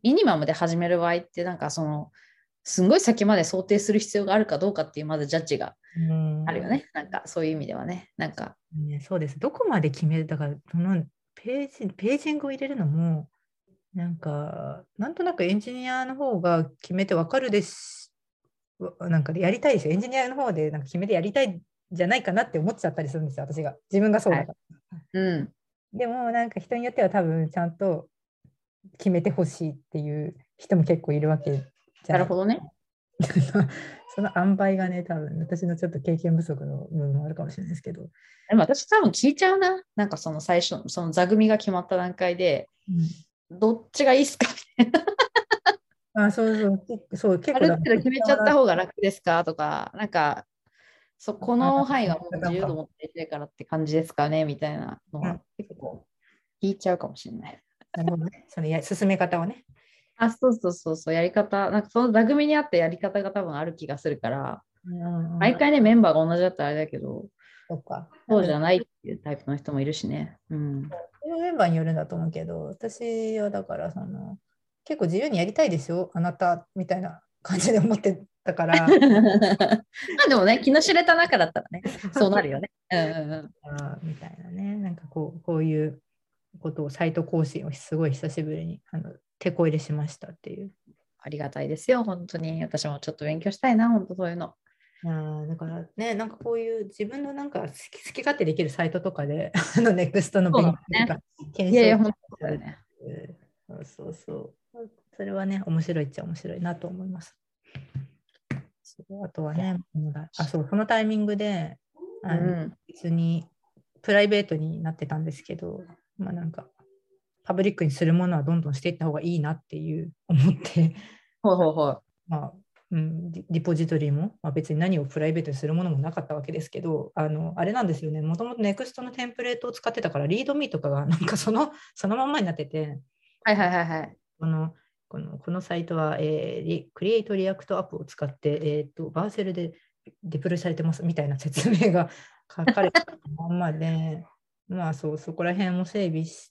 ミニマムで始める場合ってなんかそのすんごい先まで想定する必要があるかどうかっていうまずジャッジがあるよね。なんかそういう意味ではね。なんか、 ね、そうです。どこまで決めるだから、そのページ、ページングを入れるのも、なんか、なんとなくエンジニアの方が決めてわかるです。なんかやりたいですよ。エンジニアの方でなんか決めてやりたいんじゃないかなって思っちゃったりするんですよ、私が。自分がそうだから。 うん。 でも、なんか人によっては多分ちゃんと決めてほしいっていう人も結構いるわけじゃない。 なるほどね。 その塩梅がね、多分私のちょっと経験不足の部分もあるかもしれないですけど。 でも私多分聞いちゃうな。なんかその最初、その座組が決まった段階で、 うん、 どっちがいいっすかみたいな。 あ、そうそう、結そう、結あ構だる程度決めちゃった方が楽ですかとか、なんか、そこの範囲はもう自由度持っていきたいからって感じですかねみたいなのは結構聞いちゃうかもしれない。 なるほどね。そのや進め方をね。 あ、そうそうそうそう、やり方、なんかその座組にあってやり方が多分ある気がするから、 うんうん、 毎回ね、メンバーが同じだったらあれだけど、 そっか。多分そうじゃないっていうタイプの人もいるしね。うん。 そのメンバーによるんだと思うけど、私はだからその結構自由にやりたいですよ、あなたみたいな感じで思ってたから。 まあでもね、気の知れた中だったらね、そうなるよね。うんうんうん。 あみたいなね、なんかこうこういうことをサイト更新をすごい久しぶりにあの手こ入れしましたっていう。 ありがたいですよ、本当に。私もちょっと勉強したいな、本当そういうの。 あだからね、なんかこういう自分のなんか好き、好き勝手できるサイトとかで、あのネクストの勉そうなのね。 強とか検いやいや、 証本当だよね。 そうそうそう。それはね、面白いっちゃ面白いなと思います。あとはね、あ、そう、そのタイミングで、あの、 うん。 別にプライベートになってたんですけど、まあなんか、パブリックにするものはどんどんしていった方がいいなっていう思って、 ほうほうほう。 まあ、うん、リリポジトリも、まあ、別に何をプライベートにするものもなかったわけですけど、あの、あれなんですよね、もともと ネクスト のテンプレートを使ってたから、リードミーとかがなんかその、そのまんまになってて、 はいはいはいはい。 このこのこのサイトは、えー、リクリエイトリアクトアップを使って、えーと、バーセルでデプロイされてますみたいな説明が書かれたまんまで、まあそう、そこら辺も整備して、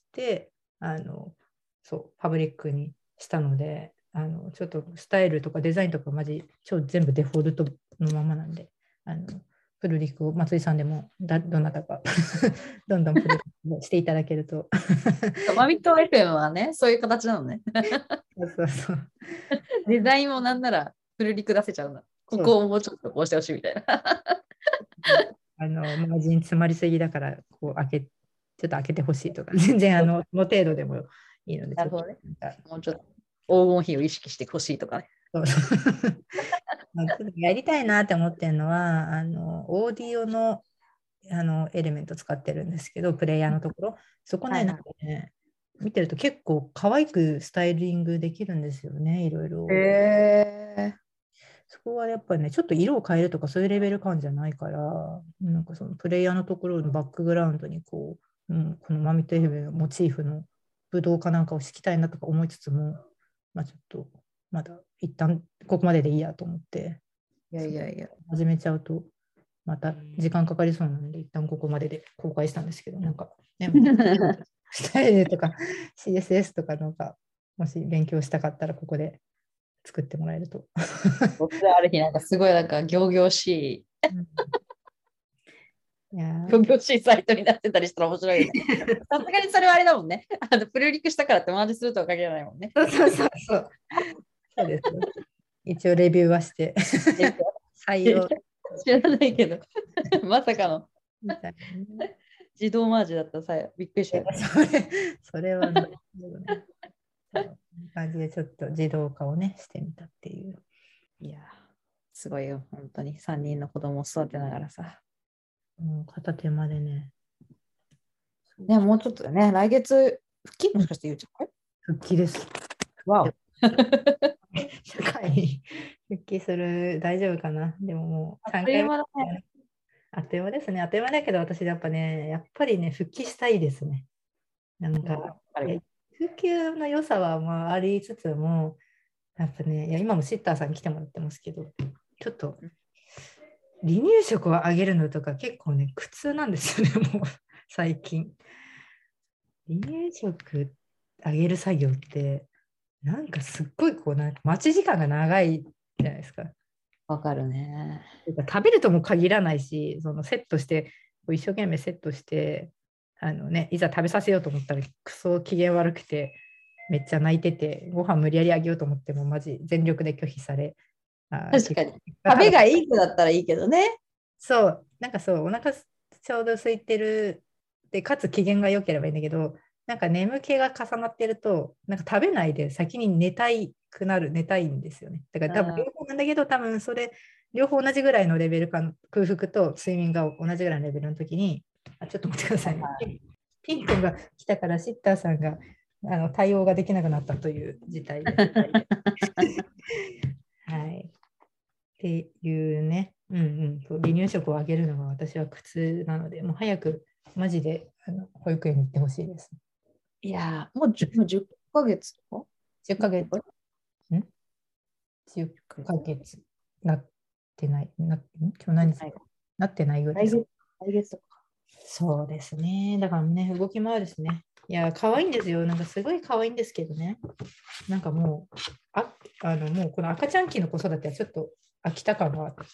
あの、そう、パブリックにしたので、あの、ちょっとスタイルとかデザインとかマジ、超全部デフォルトのままなんで、あの、プルリクを松井さんでもだどなたかどんどんプルリクをしていただけると。 マミット エフエム はね、そういう形なのね。 そうそうそう。 デザインもなんならフルリク出せちゃうんだ。ここをもうちょっとこうしてほしいみたいな。 あの、マージン詰まりすぎだから、こう開け、ちょっと開けてほしいとか、全然あの、の程度でもいいので、 なるほどね。 ちょっともうちょっと黄金比を意識してほしいとかね。 そうそうまあちょっとやりたいなって思ってるのは、あの、オーディオの、あのエレメント使ってるんですけど、プレイヤーのところ、そこね、 はいはい、 なんかね、見てると結構可愛くスタイリングできるんですよね、いろいろ。 へー。 そこはやっぱりね、ちょっと色を変えるとかそういうレベル感じゃないから、なんかそのプレイヤーのところのバックグラウンドにこう、うん、このマミットエフのモチーフのブドウかなんかを敷きたいなとか思いつつも、まあちょっとまだ一旦ここまででいいやと思って、 いやいやいや。 始めちゃうとまた時間かかりそうなので、一旦ここまでで公開したんですけど、なんかね、スタイルとか シーエスエス とかなんか、もし勉強したかったらここで作ってもらえると。 僕がある日なんかすごいなんか仰々しい、 いや仰々しいサイトになってたりしたら面白いよね。さすがにそれはあれだもんね。あのプルリクしたからってマージするとは限らないもんね。 そうそうそうそう。そうです。一応レビューはして採用知らないけど、まさかのみたいなね。 自動マージだったらさ、びっくりしたよ。 それ、それはね、そういう感じでちょっと自動化をね、してみたっていう。 いや、すごいよ、本当にさんにんの子供を育てながらさ。 もう片手までね。 ね、もうちょっとだね、来月、復帰もしかして言うちゃう復帰です。 わお。 社会に復帰する、大丈夫かな。でももうあっという間だね。 あっという間ですね。あっという間だけど、私やっぱね、やっぱりね、復帰したいですね。なんか、復旧の良さはまあありつつも、やっぱね、いや今もシッターさんに来てもらってますけど、ちょっと離乳食をあげるのとか結構ね、苦痛なんですよね、もう最近。離乳食あげる作業って、 なんかすっごいこうなんか待ち時間が長いじゃないですか。 わかるね。 食べるとも限らないし、そのセットして、こう一生懸命セットして、あのね、いざ食べさせようと思ったら、クソ機嫌悪くて、めっちゃ泣いてて、ご飯無理やりあげようと思っても、マジ全力で拒否され、あ確かに。 ただ食べがいい子だったらいいけどね。 そう、なんかそう、お腹ちょうど空いてるで、かつ機嫌が良ければいいんだけど、なんか眠気が重なってると、なんか食べないで先に寝たいくなる、寝たいんですよね。だから多分両方なんだけど、多分それ、両方同じぐらいのレベルか、空腹と睡眠が同じぐらいのレベルの時に、あ、ちょっと待ってくださいね。ピンポンが来たからシッターさんがあの対応ができなくなったという事態です。はい。っていうね、うんうん、離乳食をあげるのが私は苦痛なので、もう早くマジであの保育園に行ってほしいです。 いやー、もう 10, もうじゅっかげつとかじゅっかげつ、ん ?じゅっかげつなってない、な、ん今日何日なってないぐらいです。 来月、来月とか。 そうですね。だからね、動き回るしね。いや、可愛いんですよ。なんかすごい可愛いんですけどね。なんかもう、あ、あの、もうこの赤ちゃん期の子育てはちょっと飽きた感があって。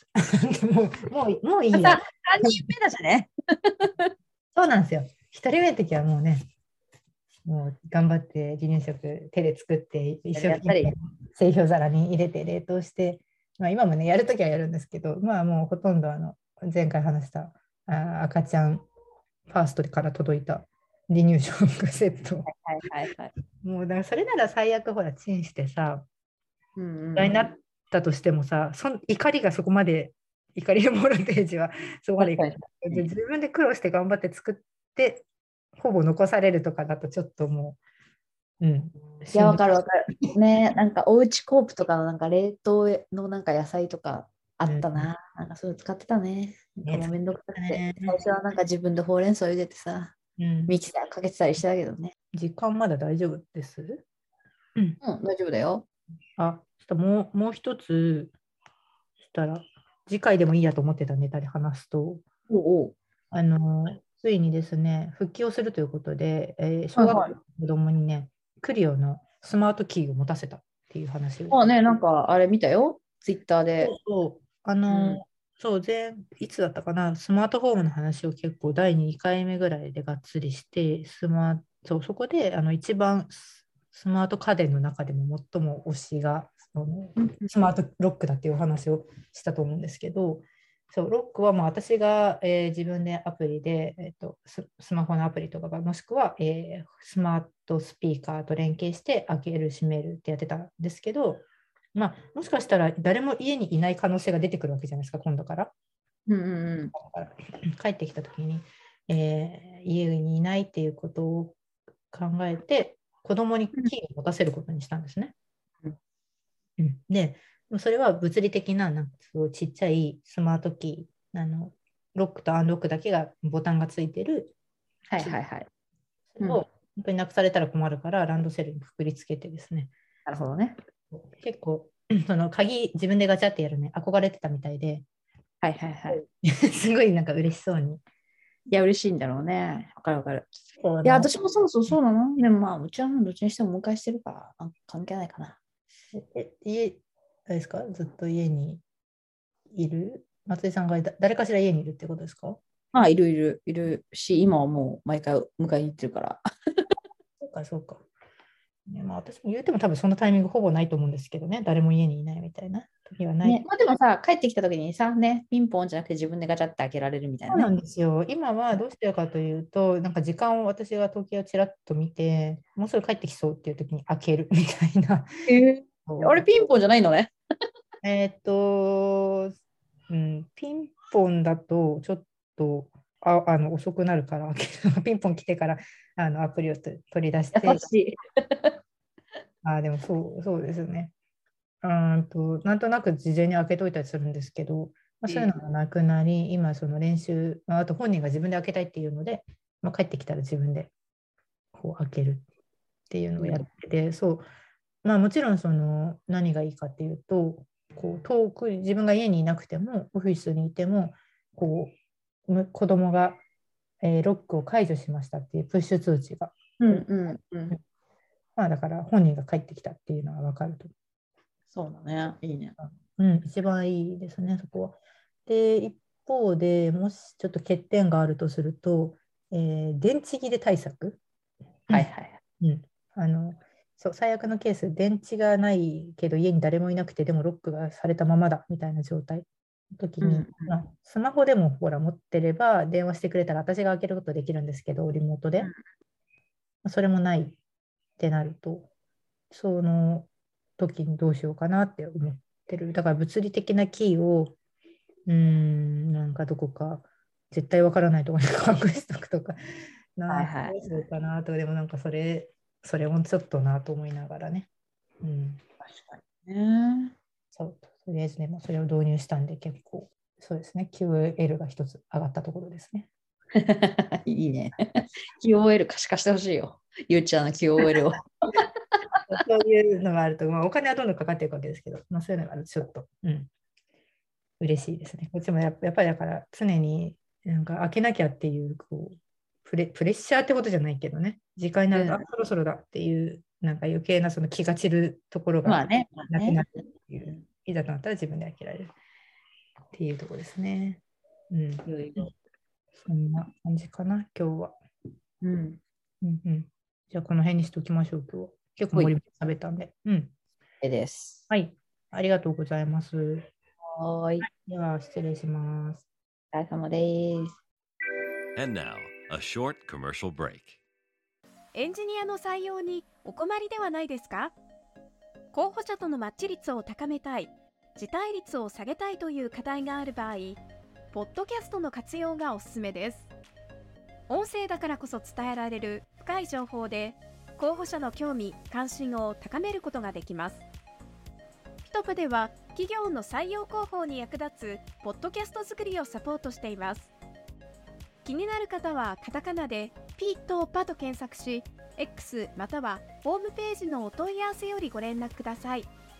もう、もう、もういいや。 さんにんめだしね。 そうなんですよ。一人目の時はもうね、もう頑張って離乳食手で作って一生懸命製氷皿に入れて冷凍して、まあ、今もねやるときはやるんですけど、まあもうほとんどあの前回話したあ赤ちゃんファーストから届いた離乳食セット。 はいはいはい。 もうだからそれなら最悪ほらチンしてさ、 うんうん、 になったとしてもさ、そん怒りがそこまで、怒りのボルテージはそこまでいかない。で自分で苦労して頑張って作ってほぼ残されるとかだとちょっともう、うん。いや、わかるわかる。ね、なんかおうちコープとかのなんか冷凍のなんか野菜とかあったな。うん、なんかそういうの使ってたね。なんかもうめんどくさくて、ね。最初はなんか自分でほうれん草茹でてさ、うん、ミキサーかけてたりしてたけどね。 時間まだ大丈夫です？ うん、うん、大丈夫だよ。 あ、ちょっともうもう一つしたら、次回でもいいやと思ってたネタで話すと、 おうあの、ついにですね、復帰をするということで、えー、小学校の子供にね、はいはい、クリオのスマートキーを持たせたっていう話を。 あね、なんかあれ見たよ、ツイッターで。 そうそう、あの、うん、そう前、いつだったかな、スマートフォームの話を結構だいにかいめぐらいでがっつりして、スマそうそこであの一番スマート家電の中でも最も推しがそのスマートロックだっていうお話をしたと思うんですけど、そうロックはもう私が、えー、自分でアプリで、えーとス、スマホのアプリとかがもしくは、えー、スマートスピーカーと連携して開ける閉めるってやってたんですけど、まあ、もしかしたら誰も家にいない可能性が出てくるわけじゃないですか、今度から。 うんうんうん、 帰ってきたときに、えー、家にいないっていうことを考えて、子供にキーを持たせることにしたんですね。うんうん、で、それは物理的な、なんかすごいちっちゃいスマートキー、あのロックとアンロックだけがボタンがついてる。 はいはいはい。 それを本当になくされたら困るから、ランドセルにくくりつけてですね。 なるほどね。 結構、その鍵自分でガチャってやるね、憧れてたみたいで、 はいはいはい。 すごいなんか嬉しそうに。 いや、嬉しいんだろうね。わかるわかる。いや、私もそうそうそうなの。でもまあ、うちはどっちにしてもお迎えしてるから、関係ないかな。 え、家、あれですか？ずっと家にいる？松井さんがだ誰かしら家にいるってことですか？ まあ、いるいるいるし、今はもう毎回迎えに行ってるから。 そうか、そうか。ね、まあ、私も言うても多分そのタイミングほぼないと思うんですけどね、誰も家にいないみたいな時はない。 ね、まあでもさ、帰ってきた時にさ、ね、ピンポンじゃなくて自分でガチャって開けられるみたいなね。 そうなんですよ。今はどうしてるかというと、なんか時間を私が時計をちらっと見て、もうすぐ帰ってきそうっていう時に開けるみたいな。 えー、あれピンポンじゃないのね。 えっと、うん、ピンポンだとちょっとああの遅くなるからピンポン来てからあのアプリを取り出して。 優しい。 あ、でもそう、そうですね。うんと、なんとなく事前に開けといたりするんですけど、まあ、そういうのがなくなり、今その練習、まあ、あと本人が自分で開けたいっていうので、まあ、帰ってきたら自分でこう開けるっていうのをやってて、そう、まあもちろんその何がいいかっていうと、こう遠く自分が家にいなくてもオフィスにいてもこう子供が、えー、ロックを解除しましたっていうプッシュ通知が、 うんうんうん、 まあだから本人が帰ってきたっていうのは分かると。 そうだね。いいね。 うん、一番いいですね、そこは。で、一方でもしちょっと欠点があるとすると、えー電池切れ対策。 はいはい。 うん、あのそう最悪のケース、電池がないけど家に誰もいなくて、でもロックがされたままだみたいな状態の時に、 うんまあ、スマホでもほら持ってれば電話してくれたら私が開けることできるんですけど、リモートで。 うんまあそれもないってなると、その時にどうしようかなって思ってる。だから物理的なキーを、うーん、なんかどこか絶対わからないところに隠しとくとか、なんかはいはい。 どうしようかなと、でもなんかそれ、それもちょっとなと思いながらね。うん、 確かにね。 そう、とりあえずね、もうそれを導入したんで、結構、そうですね、キューエル が一つ上がったところですね。 いいね。キューオーエル 可視化してほしいよ。ゆうちゃんの キューオーエル を。 そういうのがあると、まあ、お金はどんどんかかっていくわけですけど、まあ、そういうのがあるとちょっと、うん、嬉しいですね。こっちもやっぱやっぱりだから常になんか開けなきゃっていう、こうプレ、プレッシャーってことじゃないけどね、時間になると、 うんあ、そろそろだっていう、なんか余計なその気が散るところがまあね。まあねなくなるっていう、いざとなったら自分で開けられるっていうところですね。うん。 いろいろ。 そんな感じかな、今日は。 うん。 うんうん。じゃあこの辺にしておきましょう、今日は。結構はい盛り盛り食べたんで。うん。 えです。 はい。ありがとうございます。 はーい。 では、失礼します。 お疲れ様です。 And now, a short commercial break. エンジニアの採用にお困りではないですか？候補者とのマッチ率を高めたい、辞退率を下げたいという課題がある場合、ポッドキャストの活用がおすすめです。音声だからこそ伝えられる深い情報で、候補者の興味・関心を高めることができます。ピトプでは企業の採用広報に役立つポッドキャスト作りをサポートしています。気になる方はカタカナでピとパと検索し、X またはホームページのお問い合わせよりご連絡ください。